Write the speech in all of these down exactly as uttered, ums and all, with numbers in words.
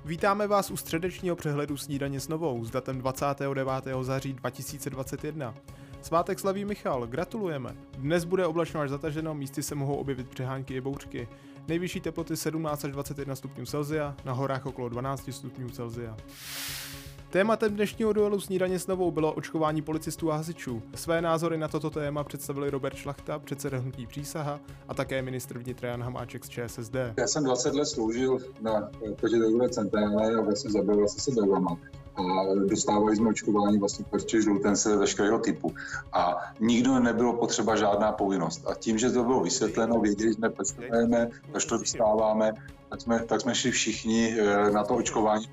Vítáme vás u středečního přehledu Snídaně s Novou s datem dvacátého devátého září dva tisíce dvacet jedna. Svátek slaví Michal, gratulujeme. Dnes bude oblačno až zataženo, místy se mohou objevit přehánky i bouřky. Nejvyšší teploty sedmnáct až dvacet jedna stupňů Celsia, na horách okolo dvanáct stupňů Celsia. Tématem dnešního duelu Snídaně s Novou bylo očkování policistů a hasičů. Své názory na toto téma představili Robert Šlachta, předseda hnutí Přísaha, a také ministr vnitra Jan Hamáček z ČSSD. Já jsem dvacet let sloužil na protidrogové centrále a vlastně zabýval jsem se drogama. A dostávali jsme očkování vlastně proti žlutence veškerého typu. A nikdo nebylo potřeba žádná povinnost. A tím, že to bylo vysvětleno, věděli jsme, proč to jdeme, proč to dostáváme, tak jsme, tak jsme šli všichni na to očkování.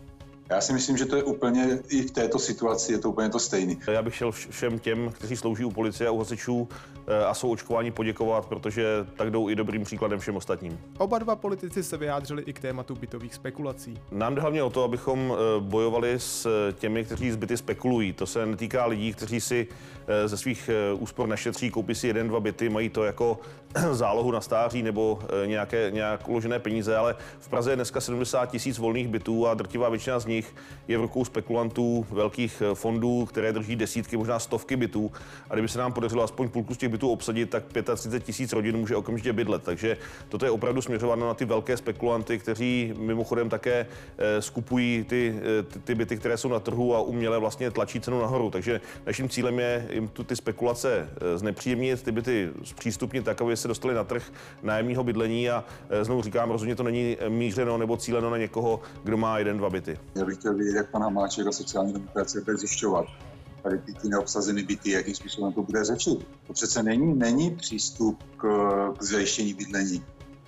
Já si myslím, že to je úplně, i v této situaci je to úplně to stejné. Já bych chtěl všem těm, kteří slouží u policie a u hasičů a jsou očkováni, poděkovat, protože tak jdou i dobrým příkladem všem ostatním. Oba dva politici se vyjádřili i k tématu bytových spekulací. Nám jde hlavně o to, abychom bojovali s těmi, kteří z byty spekulují. To se netýká lidí, kteří si ze svých úspor nešetří, koupí si jeden, dva byty, mají to jako zálohu na stáří nebo nějaké, nějak uložené peníze, ale v Praze je dneska sedmdesát tisíc volných bytů a drtivá většina z nich je v rukou spekulantů, velkých fondů, které drží desítky, možná stovky bytů. A kdyby se nám podařilo aspoň půlku z těch bytů obsadit, tak třicet pět tisíc rodin může okamžitě bydlet. Takže toto je opravdu směřováno na ty velké spekulanty, kteří mimochodem také skupují ty, ty, ty byty, které jsou na trhu a uměle vlastně tlačí cenu nahoru. Takže naším cílem je jim tu ty spekulace znepříjemnit, ty byty zpřístupnit tak, aby se dostali na trh nájemního bydlení, a znovu říkám, rozhodně to není mířeno nebo cíleno na někoho, kdo má jeden, dva byty. Já bych chtěl vědět, jak pan Hamáček a sociální demokracie bude zjišťovat tady ty, ty neobsazené byty, jakým způsobem to bude řešit. To přece není, není přístup k, k zajištění bydlení.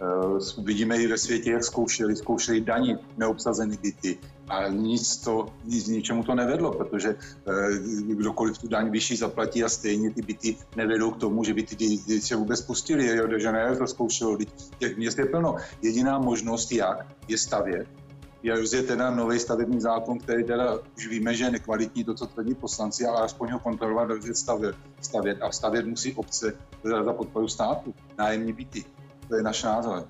Uh, vidíme i ve světě, jak zkoušeli, zkoušeli danit neobsazené byty a nic to, nic ničemu to nevedlo, protože uh, kdokoliv tu daň vyšší zaplatí a stejně ty byty nevedou k tomu, že by ty lidi se vůbec pustili. Rio de Janeiro to zkoušelo, těch měst je plno. Jediná možnost, jak je stavět, je rozjet teda nový stavební zákon, který teda už víme, že je nekvalitní, to, co tvrdí poslanci, ale aspoň ho kontrolovat, rozjet stavět. stavět. A stavět musí obce za podporu státu, nájemní byty. To je náš názor.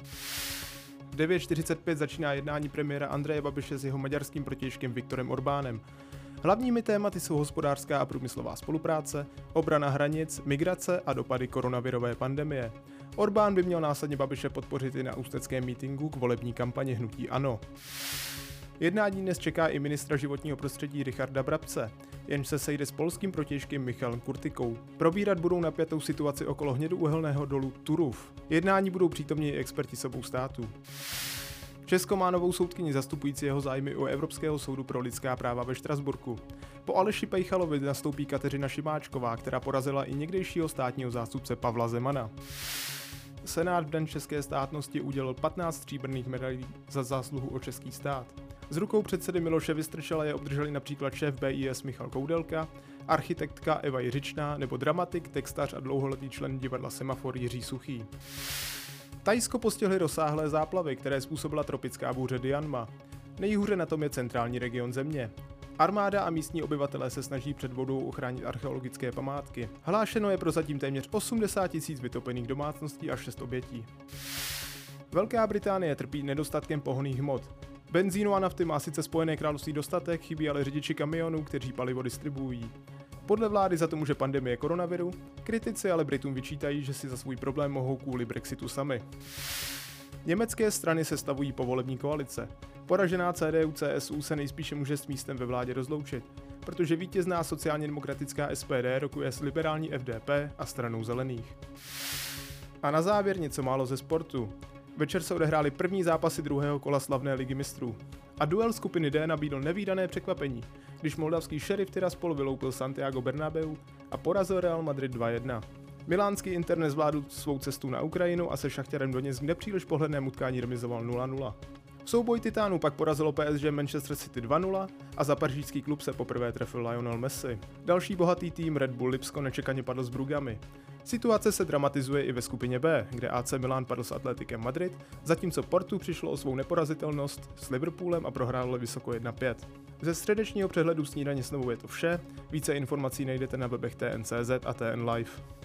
V devět čtyřicet pět začíná jednání premiéra Andreje Babiše s jeho maďarským protějškem Viktorem Orbánem. Hlavními tématy jsou hospodářská a průmyslová spolupráce, obrana hranic, migrace a dopady koronavirové pandemie. Orbán by měl následně Babiše podpořit i na ústeckém mítinku k volební kampani hnutí ANO. Jednání dnes čeká i ministra životního prostředí Richarda Brabce, jenž se sejde s polským protějškem Michalem Kurtykou. Probírat budou napjatou situaci okolo hnědouhelného dolu Turów. Jednání budou přítomni i experti z obou států. Česko má novou soudkyni zastupující jeho zájmy u Evropského soudu pro lidská práva ve Štrasburku. Po Aleši Pejchalovi nastoupí Kateřina Šimáčková, která porazila i někdejšího státního zástupce Pavla Zemana. Senát v Den české státnosti udělil patnáct stříbrných medailí za zásluhu o český stát. Z rukou předsedy Miloše Vystrčila je obdrželi například šéf B I S Michal Koudelka, architektka Eva Jiřičná nebo dramatik, textař a dlouholetý člen divadla Semafor Jiří Suchý. Thajsko postihly rozsáhlé záplavy, které způsobila tropická bouře Dianma. Nejhůře na tom je centrální region země. Armáda a místní obyvatelé se snaží před vodou ochránit archeologické památky. Hlášeno je prozatím téměř osmdesát tisíc vytopených domácností a šest obětí. Velká Británie trpí nedostatkem pohonných hmot. Benzínu a nafty má sice Spojené království dostatek, chybí ale řidiči kamionů, kteří palivo distribuují. Podle vlády za to může pandemie koronaviru, kritici ale Britům vyčítají, že si za svůj problém mohou kvůli Brexitu sami. Německé strany sestavují povolební koalice. Poražená C D U C S U se nejspíše může s místem ve vládě rozloučit, protože vítězná sociálně demokratická S P D rokuje s liberální F D P a stranou zelených. A na závěr něco málo ze sportu. Večer se odehrály první zápasy druhého kola slavné ligy mistrů. A duel skupiny D nabídl nevídané překvapení, když moldavský Sheriff Tiraspol vyloupil Santiago Bernabéu a porazil Real Madrid dva jedna. Milánský Inter nezvládl svou cestu na Ukrajinu a se Šachtarem Doněck v nepříliš pohledném utkání remizoval nula nula. Souboj titánů pak porazilo P S G Manchester City dva nula a za pařížský klub se poprvé trefil Lionel Messi. Další bohatý tým Red Bull Lipsko nečekaně padl s Brugami. Situace se dramatizuje i ve skupině B, kde A C Milan padl s Atletikem Madrid, zatímco Portu přišlo o svou neporazitelnost s Liverpoolem a prohrálo vysoko jedna pět. Ze středečního přehledu Snídaně s Novou je to vše, více informací najdete na webech T N C Z a T N Live.